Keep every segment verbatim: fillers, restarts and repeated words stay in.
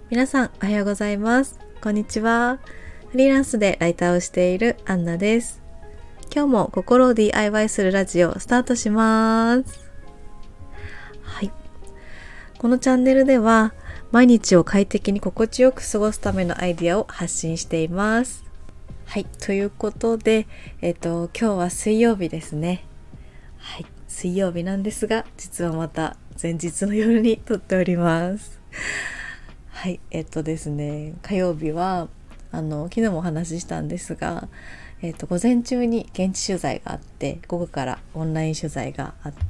皆さんおはようございます。こんにちは。フリーランスでライターをしているアンナです。今日も心を ディーアイワイ するラジオスタートします。はい。このチャンネルでは毎日を快適に心地よく過ごすためのアイディアを発信しています。はい。ということで、えっと、今日は水曜日ですね。はい。水曜日なんですが、実はまた前日の夜に撮っております。はい、えっとですね、火曜日はあの昨日もお話ししたんですが、えっと、午前中に現地取材があって、午後からオンライン取材があって、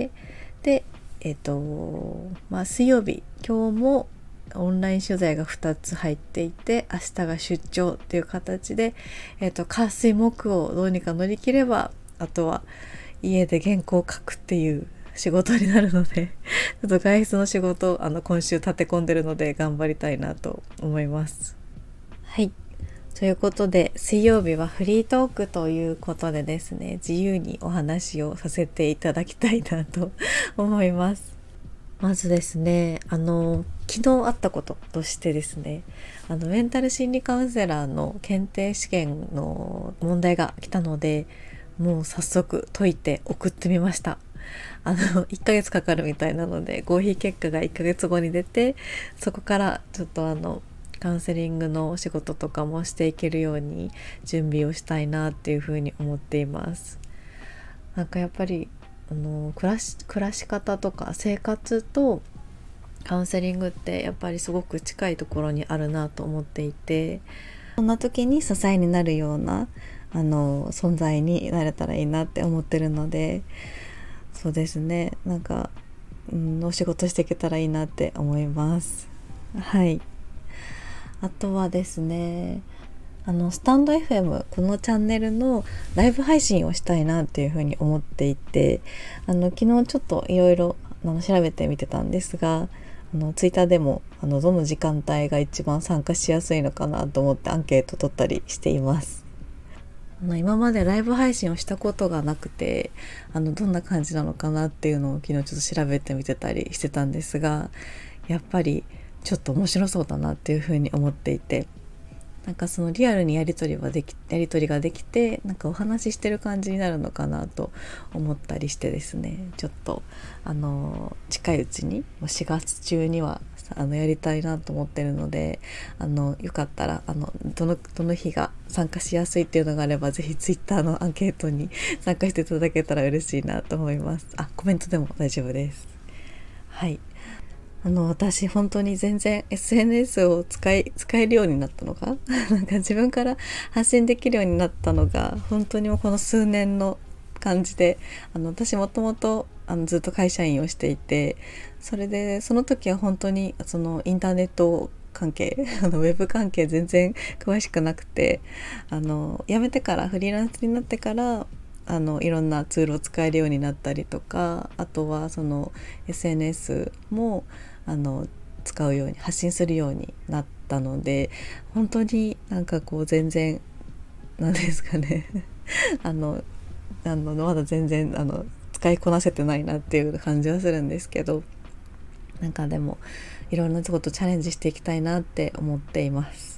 で、えっとまあ、水曜日今日もオンライン取材がふたつ入っていて、明日が出張っていう形で、えっと、火水木をどうにか乗り切れば、あとは家で原稿を書くっていう仕事になるのでちょっと外出の仕事あの今週立て込んでるので頑張りたいなと思います。はい、ということで水曜日はフリートークということでですね、自由にお話をさせていただきたいなと思います。まずですね、あの昨日あったこととしてですね、あのメンタル心理カウンセラーの検定試験の問題が来たので、もう早速解いて送ってみました。あのいっかげつかかるみたいなので、合否結果がいっかげつごに出て、そこからちょっとあのカウンセリングのお仕事とかもしていけるように準備をしたいなっていうふうに思っています。なんかやっぱりあの暮らし、暮らし方とか生活とカウンセリングってやっぱりすごく近いところにあるなと思っていて、そんな時に支えになるようなあの存在になれたらいいなって思ってるので、そうですね、なんか、うん、お仕事していけたらいいなって思います。はい。あとはですね、あのスタンド エフエム、 このチャンネルのライブ配信をしたいなっていうふうに思っていて、あの昨日ちょっといろいろ調べてみてたんですが、あのツイッターでもあのどの時間帯が一番参加しやすいのかなと思ってアンケート取ったりしています。あの今までライブ配信をしたことがなくて、あのどんな感じなのかなっていうのを昨日ちょっと調べてみてたりしてたんですが、やっぱりちょっと面白そうだなっていうふうに思っていて、なんかそのリアルにやり取りはできやり取りができて、なんかお話ししてる感じになるのかなと思ったりしてですね、ちょっとあの近いうちにしがつ中にはあのやりたいなと思ってるので、あのよかったらあのどのどの日が参加しやすいっていうのがあれば、ぜひツイッターのアンケートに参加していただけたら嬉しいなと思います。あ、コメントでも大丈夫です。はい。あの私本当に全然 エスエヌエス を使い使えるようになったのかなんか自分から発信できるようになったのが本当にもうこの数年の感じで、あの私もともとあのずっと会社員をしていて、それでその時は本当にそのインターネット関係あのウェブ関係全然詳しくなくて、あの辞めてからフリーランスになってからあのいろんなツールを使えるようになったりとか、あとはその エスエヌエス もあの使うように発信するようになったので、本当になんかこう全然なんですかねあのあのまだ全然あの使いこなせてないなっていう感じはするんですけど、なんかでもいろんなことチャレンジしていきたいなって思っています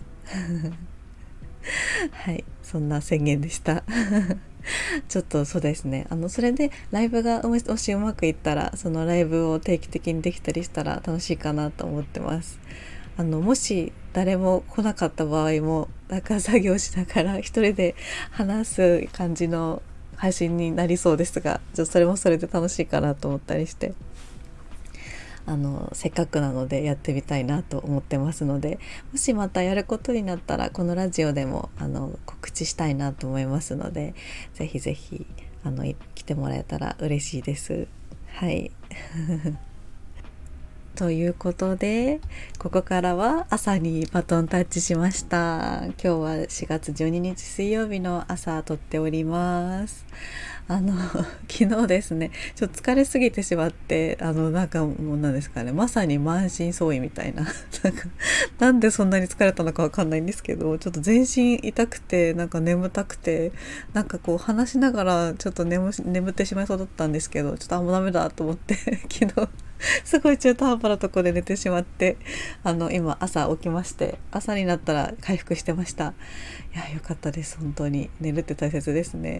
はい、そんな宣言でしたちょっとそうですね、あのそれでライブがもしうまくいったら、そのライブを定期的にできたりしたら楽しいかなと思ってます。あのもし誰も来なかった場合も、なんか作業しながら一人で話す感じの配信になりそうですが、ちょっとそれもそれで楽しいかなと思ったりして、あのせっかくなのでやってみたいなと思ってますので、もしまたやることになったらこのラジオでもあの告知したいなと思いますので、ぜひぜひあの来てもらえたら嬉しいです。はいということで、ここからは朝にバトンタッチしました。今日はしがつじゅうににち水曜日の朝撮っております。 あの昨日ですね、ちょっと疲れすぎてしまって、あのなんかもうなんですかね、まさに満身創痍みたいななんかなんでそんなに疲れたのかわかんないんですけど、ちょっと全身痛くて、なんか眠たくて、なんかこう話しながらちょっと眠眠ってしまいそうだったんですけど、ちょっとあもうダメだと思って昨日すごい中途半端なとこで寝てしまって、あの今朝起きまして、朝になったら回復してました。いやよかったです。本当に寝るって大切ですね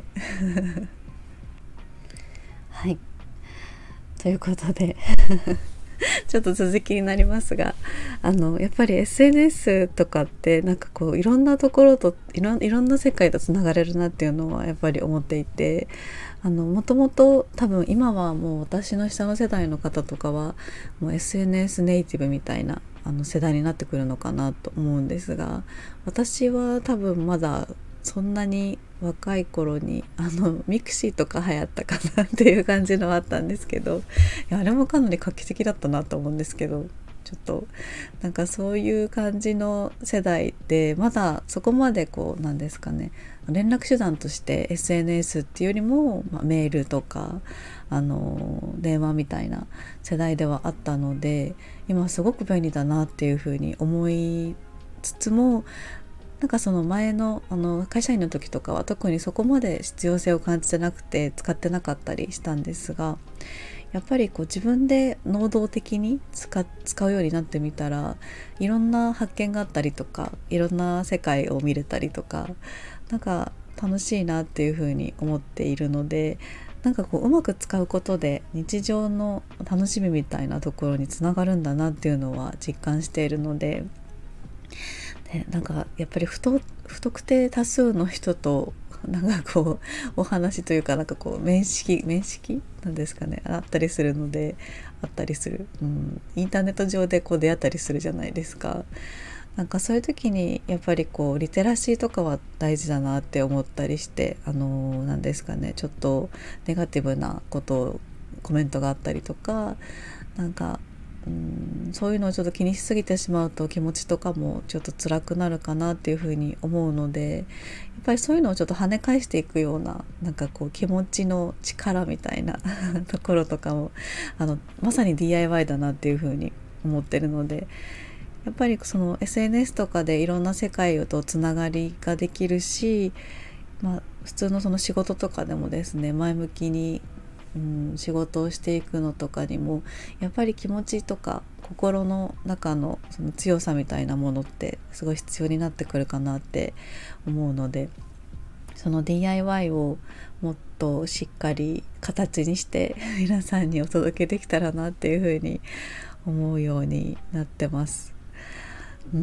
はい、ということでちょっと続きになりますが、あのやっぱり エスエヌエス とかってなんかこういろんなところといろん、いろんな世界とつながれるなっていうのはやっぱり思っていて、あのもともと多分今はもう私の下の世代の方とかはもう エスエヌエス ネイティブみたいなあの世代になってくるのかなと思うんですが、私は多分まだそんなに若い頃にあのミクシーとか流行ったかなっていう感じのはあったんですけど、いやあれもかなり画期的だったなと思うんですけど、ちょっとなんかそういう感じの世代でまだそこまでこうなんですかね、連絡手段として エスエヌエス っていうよりも、まあ、メールとかあの電話みたいな世代ではあったので、今すごく便利だなっていうふうに思いつつも、なんかその前の、あの会社員の時とかは特にそこまで必要性を感じてなくて使ってなかったりしたんですが、やっぱりこう自分で能動的に使、使うようになってみたら、いろんな発見があったりとか、いろんな世界を見れたりとか、なんか楽しいなっていうふうに思っているので、なんかこううまく使うことで日常の楽しみみたいなところにつながるんだなっていうのは実感しているので、でなんかやっぱり不特、不特定多数の人となんかこうお話というか、なんかこう面識面識なんですかね、あったりするので、あったりする、うん、インターネット上でこう出会ったりするじゃないですか。なんかそういう時にやっぱりこうリテラシーとかは大事だなって思ったりして、あのなんですかね、ちょっとネガティブなことをコメントがあったりとか、なんかうんそういうのをちょっと気にしすぎてしまうと気持ちとかもちょっと辛くなるかなっていうふうに思うので、やっぱりそういうのをちょっと跳ね返していくような、なんかこう気持ちの力みたいなところとかもあのまさに ディーアイワイ だなっていうふうに思ってるので、やっぱりその エスエヌエス とかでいろんな世界とつながりができるし、まあ、普通のその仕事とかでもですね、前向きに、うん、仕事をしていくのとかにもやっぱり気持ちとか心の中のその強さみたいなものってすごい必要になってくるかなって思うので、その ディーアイワイ をもっとしっかり形にして皆さんにお届けできたらなっていうふうに思うようになってます。うん、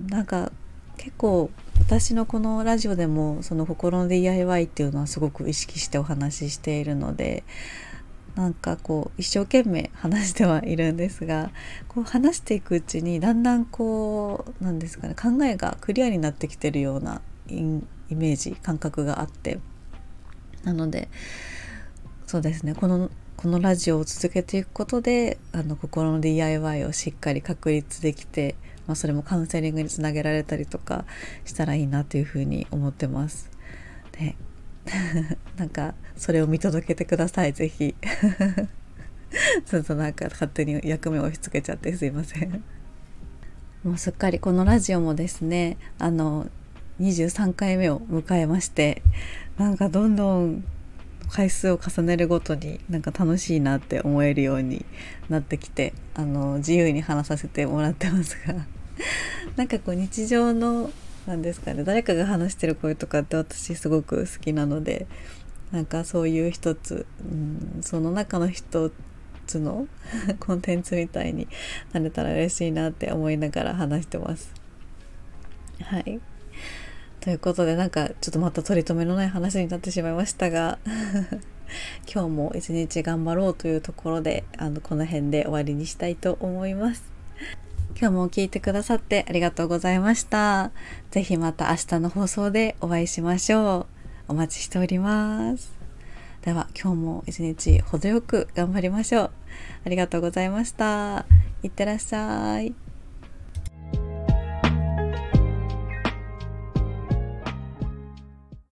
なんか結構私のこのラジオでもその心の ディーアイワイ っていうのはすごく意識してお話ししているので、なんかこう一生懸命話してはいるんですが、こう話していくうちにだんだんこうなんですかね、考えがクリアになってきてるようなイメージ感覚があって、なのでそうですね、このこのラジオを続けていくことであの心の ディーアイワイ をしっかり確立できて、まあ、それもカウンセリングにつなげられたりとかしたらいいなというふうに思ってます。でなんかそれを見届けてください、ぜひちょっとなんか勝手に役目を押し付けちゃってすいませんもうすっかりこのラジオもですね、あのにじゅうさんかいめを迎えまして、なんかどんどん回数を重ねるごとになんか楽しいなって思えるようになってきて、あの自由に話させてもらってますがなんかこう日常のなんですかね、誰かが話してる声とかって私すごく好きなので、なんかそういう一つ、うん、その中の一つのコンテンツみたいになれたら嬉しいなって思いながら話してます。はい、ということで、なんかちょっとまた取り留めのない話になってしまいましたが今日も一日頑張ろうというところで、あのこの辺で終わりにしたいと思います。今日も聞いてくださってありがとうございました。ぜひまた明日の放送でお会いしましょう。お待ちしております。では今日も一日程よく頑張りましょう。ありがとうございました。いってらっしゃい。